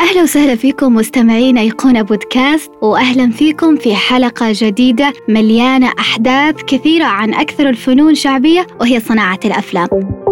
أهلا وسهلا فيكم مستمعين أيقونة بودكاست، وأهلا فيكم في حلقة جديدة مليانة أحداث كثيرة عن أكثر الفنون شعبية وهي صناعة الأفلام.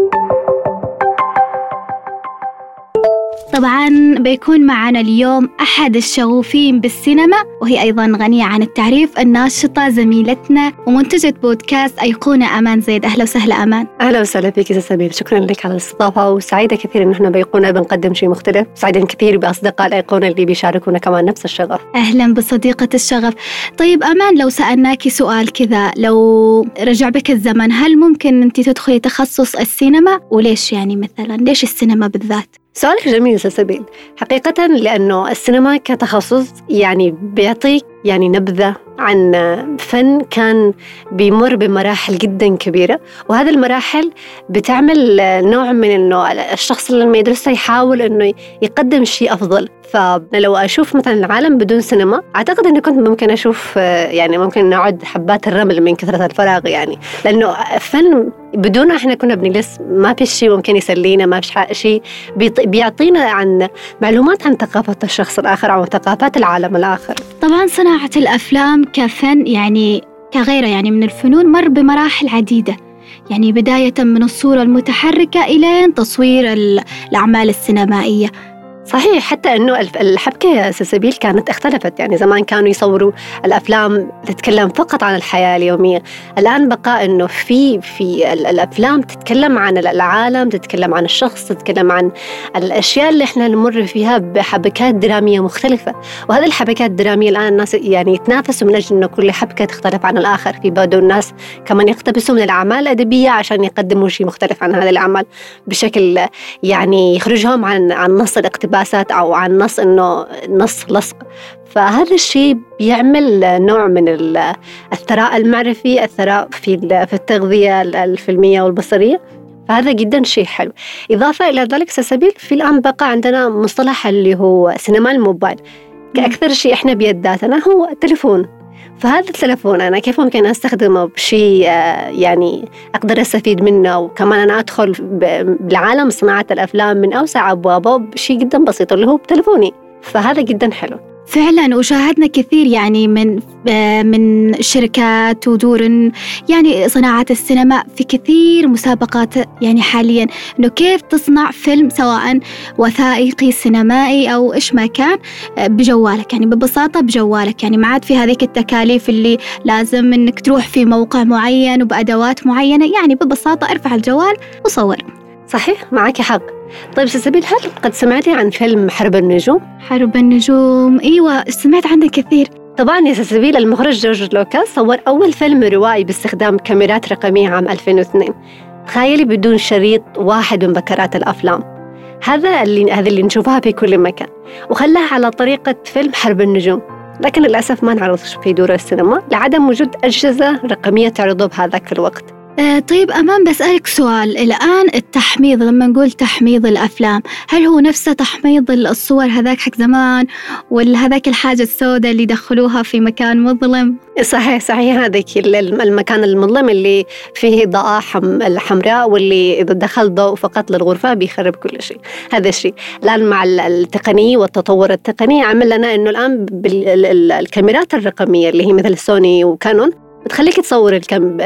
طبعاً بيكون معنا اليوم أحد الشغوفين بالسينما، وهي أيضاً غنية عن التعريف، الناشطة زميلتنا ومنتجة بودكاست أيقونة أمان زيد. أهلا وسهلا أمان. أهلا وسهلا فيك يا سمير، شكراً لك على الاستضافة، وسعيدة كثير إن إحنا بأيقونة بنقدم شيء مختلف. سعيدين كثير بأصدقاء الأيقونة اللي بيشاركونا كمان نفس الشغف. أهلا بصديقة الشغف. طيب أمان، لو سألناكي سؤال كذا، لو رجع بك الزمن، هل ممكن أنت تدخلي تخصص السينما؟ وليش يعني مثلاً ليش السينما بالذات؟ سؤالك جميل يا سبيل، حقيقة لأنه السينما كتخصص يعني بيعطيك يعني نبذة عن فن كان بيمر بمراحل جدا كبيرة، وهذه المراحل بتعمل نوع من إنه الشخص لما يدرسها يحاول إنه يقدم شيء أفضل. فلو أشوف مثلا العالم بدون سينما، أعتقد إني كنت ممكن أشوف يعني ممكن نعد حبات الرمل من كثرة الفراغ، يعني لأنه فن بدونه إحنا كنا بنجلس، ما في شيء ممكن يسلينا، ما في شيء بيعطينا عن معلومات عن ثقافة الشخص الآخر أو ثقافات العالم الآخر. طبعاً صناعة الأفلام كفن يعني كغيره يعني من الفنون مر بمراحل عديدة، يعني بداية من الصورة المتحركة إلى تصوير الأعمال السينمائية. صحيح، حتى إنه الحبكة يا سبيل كانت اختلفت، يعني زمان كانوا يصوروا الأفلام تتكلم فقط عن الحياة اليومية. الآن بقى إنه في الأفلام تتكلم عن العالم، تتكلم عن الشخص، تتكلم عن الأشياء اللي إحنا نمر فيها بحبكات درامية مختلفة. وهذه الحبكات الدرامية الآن الناس يعني يتنافسوا من أجل إنه كل حبكة تختلف عن الآخر. في بعض الناس كمان يقتبسوا من الأعمال الأدبية عشان يقدموا شيء مختلف عن هذه الأعمال بشكل يعني يخرجهم عن نص الاقتباس أو عن نص إنه نص لصق. فهذا الشيء بيعمل نوع من الثراء المعرفي، الثراء في التغذية الفيلمية والبصرية، فهذا جدا شيء حلو. إضافة إلى ذلك سبيل، في الآن بقى عندنا مصطلح اللي هو سينما الموبايل. كأكثر شيء إحنا بيداتنا هو التليفون. فهذا التلفون أنا كيف ممكن أستخدمه بشيء يعني أقدر أستفيد منه، وكمان أنا أدخل بالعالم صناعة الأفلام من أوسع أبوابه بشيء جدا بسيط اللي هو بتلفوني. فهذا جدا حلو فعلا. وشاهدنا كثير يعني من شركات ودور يعني صناعة السينما في كثير مسابقات يعني حاليا إنه كيف تصنع فيلم سواء وثائقي سينمائي أو إيش ما كان بجوالك، يعني ببساطة بجوالك، يعني ما عاد في هذيك التكاليف اللي لازم إنك تروح في موقع معين وبأدوات معينة، يعني ببساطة ارفع الجوال وصور. صحيح، معك حق. طيب سبيل، هل قد سمعتي عن فيلم حرب النجوم؟ حرب النجوم، أيوة سمعت عنه كثير. طبعاً يا سبيل، المخرج جورج لوكاس صور أول فيلم روائي باستخدام كاميرات رقمية عام 2002. تخيلي بدون شريط واحد من بكرات الأفلام. هذا اللي نشوفها في كل مكان، وخلاها على طريقة فيلم حرب النجوم. لكن للأسف ما نعرض في دور السينما لعدم وجود أجهزة رقمية تعرضه بهذاك الوقت. طيب أمان، بسألك سؤال. الآن التحميض، لما نقول تحميض الأفلام، هل هو نفس تحميض الصور هذاك حق زمان، ولا هذاك الحاجة السوداء اللي دخلوها في مكان مظلم؟ صحيح، هذاك المكان المظلم اللي فيه إضاءة الحمراء، واللي إذا دخل ضوء فقط للغرفة بيخرب كل شيء. هذا الشيء الآن مع التقنية والتطور التقني عمل لنا إنه الآن بالكاميرات الرقمية اللي هي مثل سوني وكانون بتخليك تصور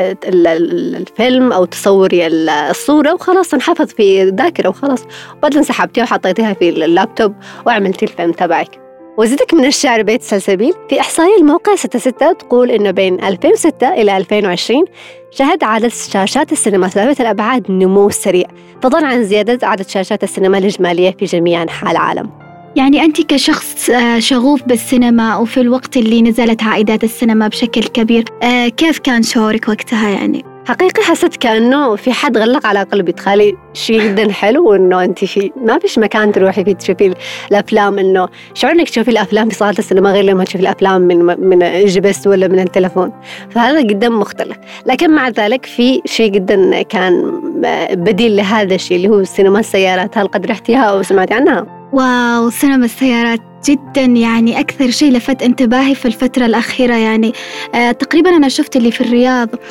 الفيلم أو تصوري الصورة وخلاص انحفظ في ذاكرة وخلاص، وبعدين سحبتيها وحطيتيها في اللابتوب وعملتي الفيلم تبعك. وزيدك من الشعر بيت سلسبيل، في إحصائية الموقع 66 تقول إنه بين 2006 إلى 2020 شهد عدد شاشات السينما ذوات الأبعاد نمو سريع، فضلا عن زيادة عدد شاشات السينما الإجمالية في جميع أنحاء العالم. يعني أنت كشخص شغوف بالسينما وفي الوقت اللي نزلت عائدات السينما بشكل كبير، كيف كان شعورك وقتها يعني؟ حقيقي حسيت كأنه في حد غلق على قلبي. تخيلي شيء جدا حلو إنه أنت ما فيش مكان تروحي فيه تشوفي الأفلام، إنه شعور إنك تشوفي الأفلام في صالة السينما غير لما تشوفي الأفلام من جبس ولا من التلفون، فهذا جدا مختلف. لكن مع ذلك في شيء جدا كان بديل لهذا الشيء اللي هو سينما السيارات. هل قد رحتيها أو سمعتي عنها؟ واو، سينما السيارات جدا يعني أكثر شيء لفت انتباهي في الفترة الأخيرة. يعني تقريبا أنا شفت اللي في الرياض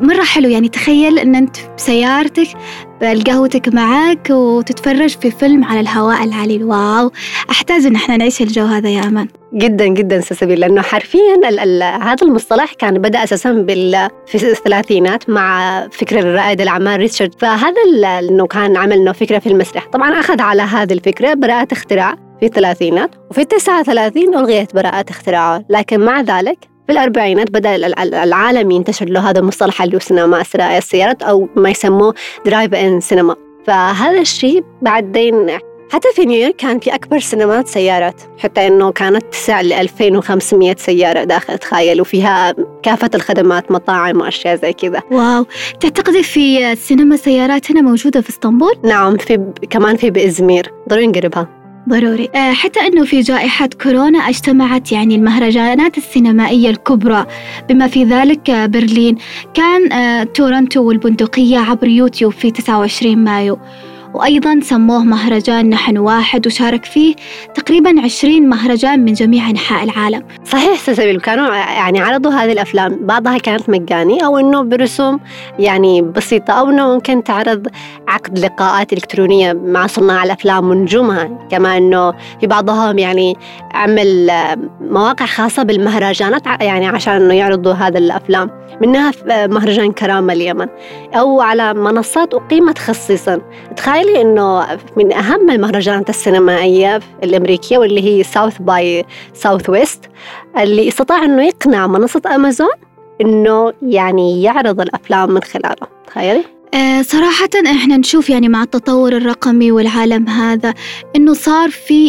مرة حلو. يعني تخيل أن أنت بسيارتك بالقهوتك معك وتتفرج في فيلم على الهواء العليل. واو، أحتاج أن احنا نعيش الجو هذا يا أمان. جدا جدا سلسبيل، لأنه حرفيا هذا المصطلح كان بدأ أساسا في الثلاثينات مع فكرة الرائد الأعمال ريتشارد. فهذا أنه كان عمل إنه فكرة في المسرح، طبعا أخذ على هذه الفكرة براءة اختراع في الثلاثينات، وفي 39 ألغيت براءة اختراعه. لكن مع ذلك في الأربعينات بدأ العالم ينتشر له هذا المصطلح اللي هو سينما سرائع السيارات، أو ما يسموه درايف إن سينما. فهذا الشيء بعدين حتى في نيويورك كان في أكبر سينمات سيارات، حتى إنه كانت تسع ل 2500 سيارة داخل، تخيل، وفيها كافة الخدمات، مطاعم وأشياء زي كذا. واو، تعتقدي في سينما سيارات هنا موجودة في اسطنبول؟ نعم، كمان في بإزمير، ضروري نقربها. ضروري. حتى أنه في جائحة كورونا اجتمعت يعني المهرجانات السينمائية الكبرى، بما في ذلك برلين، كان تورنتو والبندقية عبر يوتيوب في 29 مايو، وأيضاً سموه مهرجان نحن واحد، وشارك فيه تقريباً 20 مهرجان من جميع أنحاء العالم. صحيح سلسبيل، كانوا يعني عرضوا هذه الأفلام، بعضها كانت مجاني أو إنه برسوم يعني بسيطة، أو إنه ممكن تعرض عقد لقاءات إلكترونية مع صناع الأفلام ونجومها. كما إنه في بعضهم يعني عمل مواقع خاصة بالمهرجانات يعني عشان إنه يعرضوا هذا الأفلام، منها مهرجان كرامة اليمن، أو على منصات أقيمت خصيصاً. تخيلي إنه من أهم المهرجانات السينمائية الأمريكية، واللي هي ساوث باي ساوث ويست، اللي استطاع إنه يقنع منصة أمازون إنه يعني يعرض الأفلام من خلاله. تخيلي. صراحة إحنا نشوف يعني مع التطور الرقمي والعالم هذا إنه صار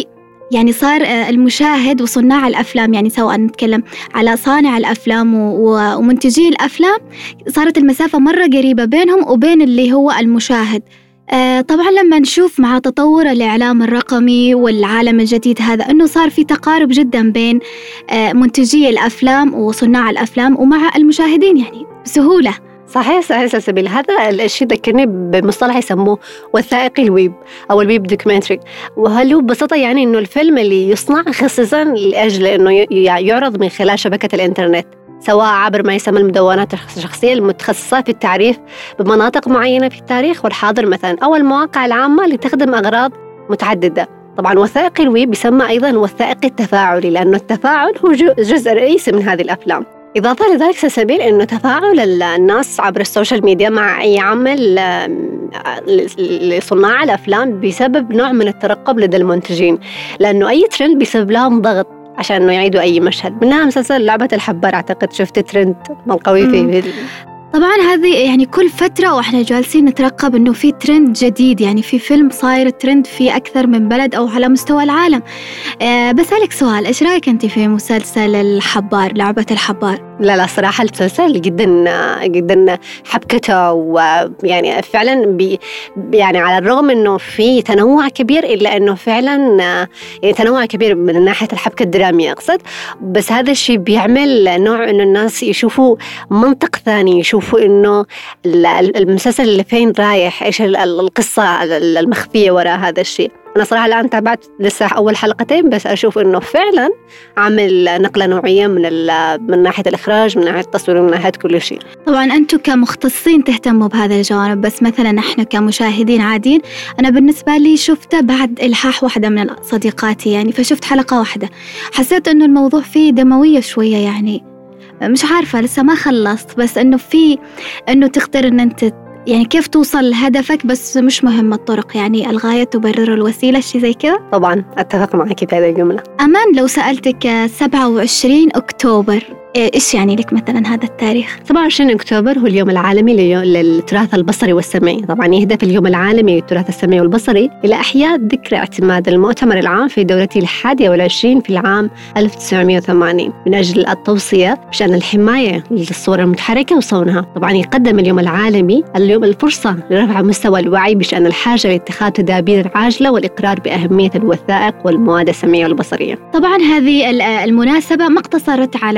المشاهد وصناع الأفلام، يعني سواء نتكلم على صانع الأفلام ومنتجي الأفلام، صارت المسافة مرة قريبة بينهم وبين اللي هو المشاهد. طبعاً لما نشوف مع تطور الإعلام الرقمي والعالم الجديد هذا إنه صار في تقارب جداً بين منتجي الأفلام وصناع الأفلام ومع المشاهدين يعني بسهولة. صحيح سلسبيل، هذا الشيء ذكرني بمصطلح يسموه وثائقي الويب أو الويب دوكيومنتري، وهو ببساطة يعني إنه الفيلم اللي يصنع خصيصاً لأجل إنه يعرض من خلال شبكة الإنترنت، سواء عبر ما يسمى المدونات الشخصية المتخصصة في التعريف بمناطق معينة في التاريخ والحاضر مثلا، أو المواقع العامة اللي تخدم أغراض متعددة. طبعا وثائقي الويب يسمى أيضا وثائقي التفاعلي، لأنه التفاعل هو جزء رئيسي من هذه الأفلام. إضافة لذلك سبيل إنه تفاعل الناس عبر السوشيال ميديا مع أي عمل لصناع الأفلام بسبب نوع من الترقب لدى المنتجين، لأنه أي ترند بيسبب لهم ضغط عشان إنه يعيدوا أي مشهد. منها مسلسل لعبة الحبار، أعتقد شفت ترند القوي فيه. طبعا هذه يعني كل فترة وإحنا جالسين نترقب إنه في ترند جديد، يعني في فيلم صاير ترند في أكثر من بلد أو على مستوى العالم. بسألك سؤال، إيش رأيك أنت في مسلسل الحبار، لعبة الحبار؟ لا صراحة المسلسل جدا حبكته، ويعني فعلا يعني على الرغم إنه في تنوع كبير، إلا إنه فعلا يعني تنوع كبير من ناحية الحبكة الدرامية أقصد، بس هذا الشيء بيعمل نوع إنه الناس يشوفوا منطق ثاني، يشوفوا إنه المسلسل اللي فين رايح، إيش القصة المخفية وراء هذا الشيء. أنا صراحة الآن تابعت لسه أول حلقتين بس، أشوف إنه فعلا عامل نقلة نوعية من ناحية الإخراج، من ناحية التصوير، من ناحية كل شيء. طبعا أنتم كمختصين تهتموا بهذا الجوانب، بس مثلا نحن كمشاهدين عاديين، أنا بالنسبة لي شفته بعد إلحاح واحدة من صديقاتي يعني، فشفت حلقة واحدة، حسيت إنه الموضوع فيه دموية شوية يعني، مش عارفة لسه ما خلصت، بس إنه تقدر إن أنت يعني كيف توصل لهدفك، بس مش مهم الطرق، يعني الغاية تبرر الوسيلة، شيء زي كذا. طبعا أتفق معك في هذه الجملة. أمان، لو سألتك 27 أكتوبر إيش يعني لك مثلا هذا التاريخ؟ 27 أكتوبر هو اليوم العالمي للتراث البصري والسمعي. طبعا يهدف اليوم العالمي للتراث السمعي والبصري إلى إحياء ذكرى اعتماد المؤتمر العام في دورته 21 في العام 1980 من أجل التوصية بشأن الحماية للصور المتحركة وصونها. طبعا يقدم اليوم العالمي الفرصة لرفع مستوى الوعي بشأن الحاجة لاتخاذ تدابير عاجلة والإقرار بأهمية الوثائق والمواد السمعية والبصرية. طبعا هذه المناسبة ما اقتصرت على التفاعل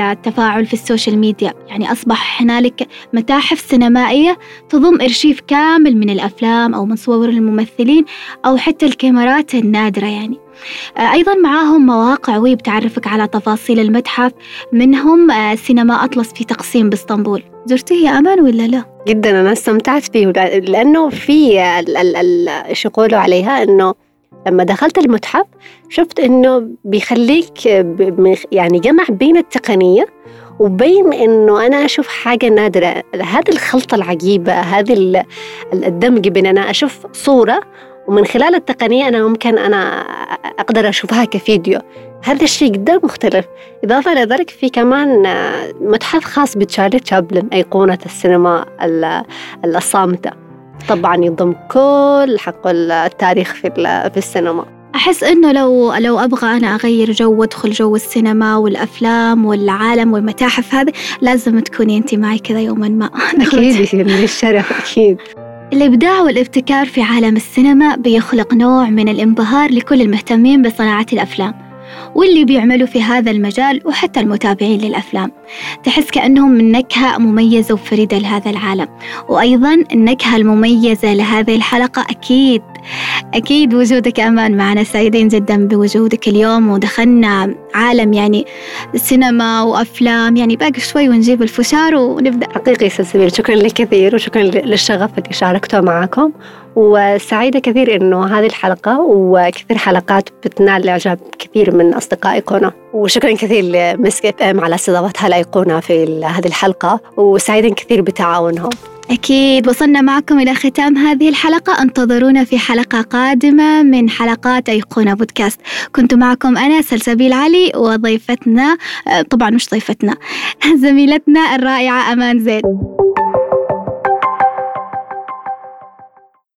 التفاعل في السوشيال ميديا، يعني أصبح هنالك متاحف سينمائية تضم أرشيف كامل من الأفلام أو من صور الممثلين أو حتى الكاميرات النادرة يعني. أيضا معاهم مواقع ويب تعرفك على تفاصيل المتحف، منهم سينما أطلس في تقسيم باسطنبول. زرتيه يا أمان ولا لا؟ جدا، أنا استمتعت فيه لأنه في ايش يقولوا عليها، إنه لما دخلت المتحف شفت إنه بيخليك يعني جمع بين التقنية وبين إنه أنا أشوف حاجة نادرة. هذه الخلطة العجيبة، هذه الدمج بين أنا أشوف صورة ومن خلال التقنية أنا ممكن أنا أقدر أشوفها كفيديو. هذا الشيء جدا مختلف. إضافة إلى ذلك في كمان متحف خاص بتشارلي تشابلن، أيقونة السينما الصامتة، طبعا يضم كل حق التاريخ في السينما. أحس إنه لو أبغى أنا أغير جو وأدخل جو السينما والأفلام والعالم والمتاحف هذه، لازم تكوني أنت معي كذا يوما ما. أكيد من الشرف. أكيد. الإبداع والابتكار في عالم السينما بيخلق نوع من الانبهار لكل المهتمين بصناعة الأفلام واللي بيعملوا في هذا المجال، وحتى المتابعين للأفلام. تحس كأنهم من نكهة مميزة وفريدة لهذا العالم. وأيضا النكهة المميزة لهذه الحلقة أكيد وجودك أمان معنا. سعيدين جدا بوجودك اليوم، ودخلنا عالم يعني سينما وأفلام، يعني باقي شوي ونجيب الفشار ونبدأ. حقيقي سلسبيل، شكرا لك كثير وشكرا للشغف اللي شاركته معكم، وسعيدة كثير إنه هذه الحلقة وكثير حلقات بتنال الإعجاب كثير من أصدقائكم. وشكرا كثير لمسك FM على استضافتها الأيقونة في هذه الحلقة، وسعيدا كثير بتعاونهم. أكيد وصلنا معكم إلى ختام هذه الحلقة. انتظرونا في حلقة قادمة من حلقات أيقونة بودكاست. كنت معكم أنا سلسبيل علي، وضيفتنا طبعا مش ضيفتنا، زميلتنا الرائعة أمان زيد.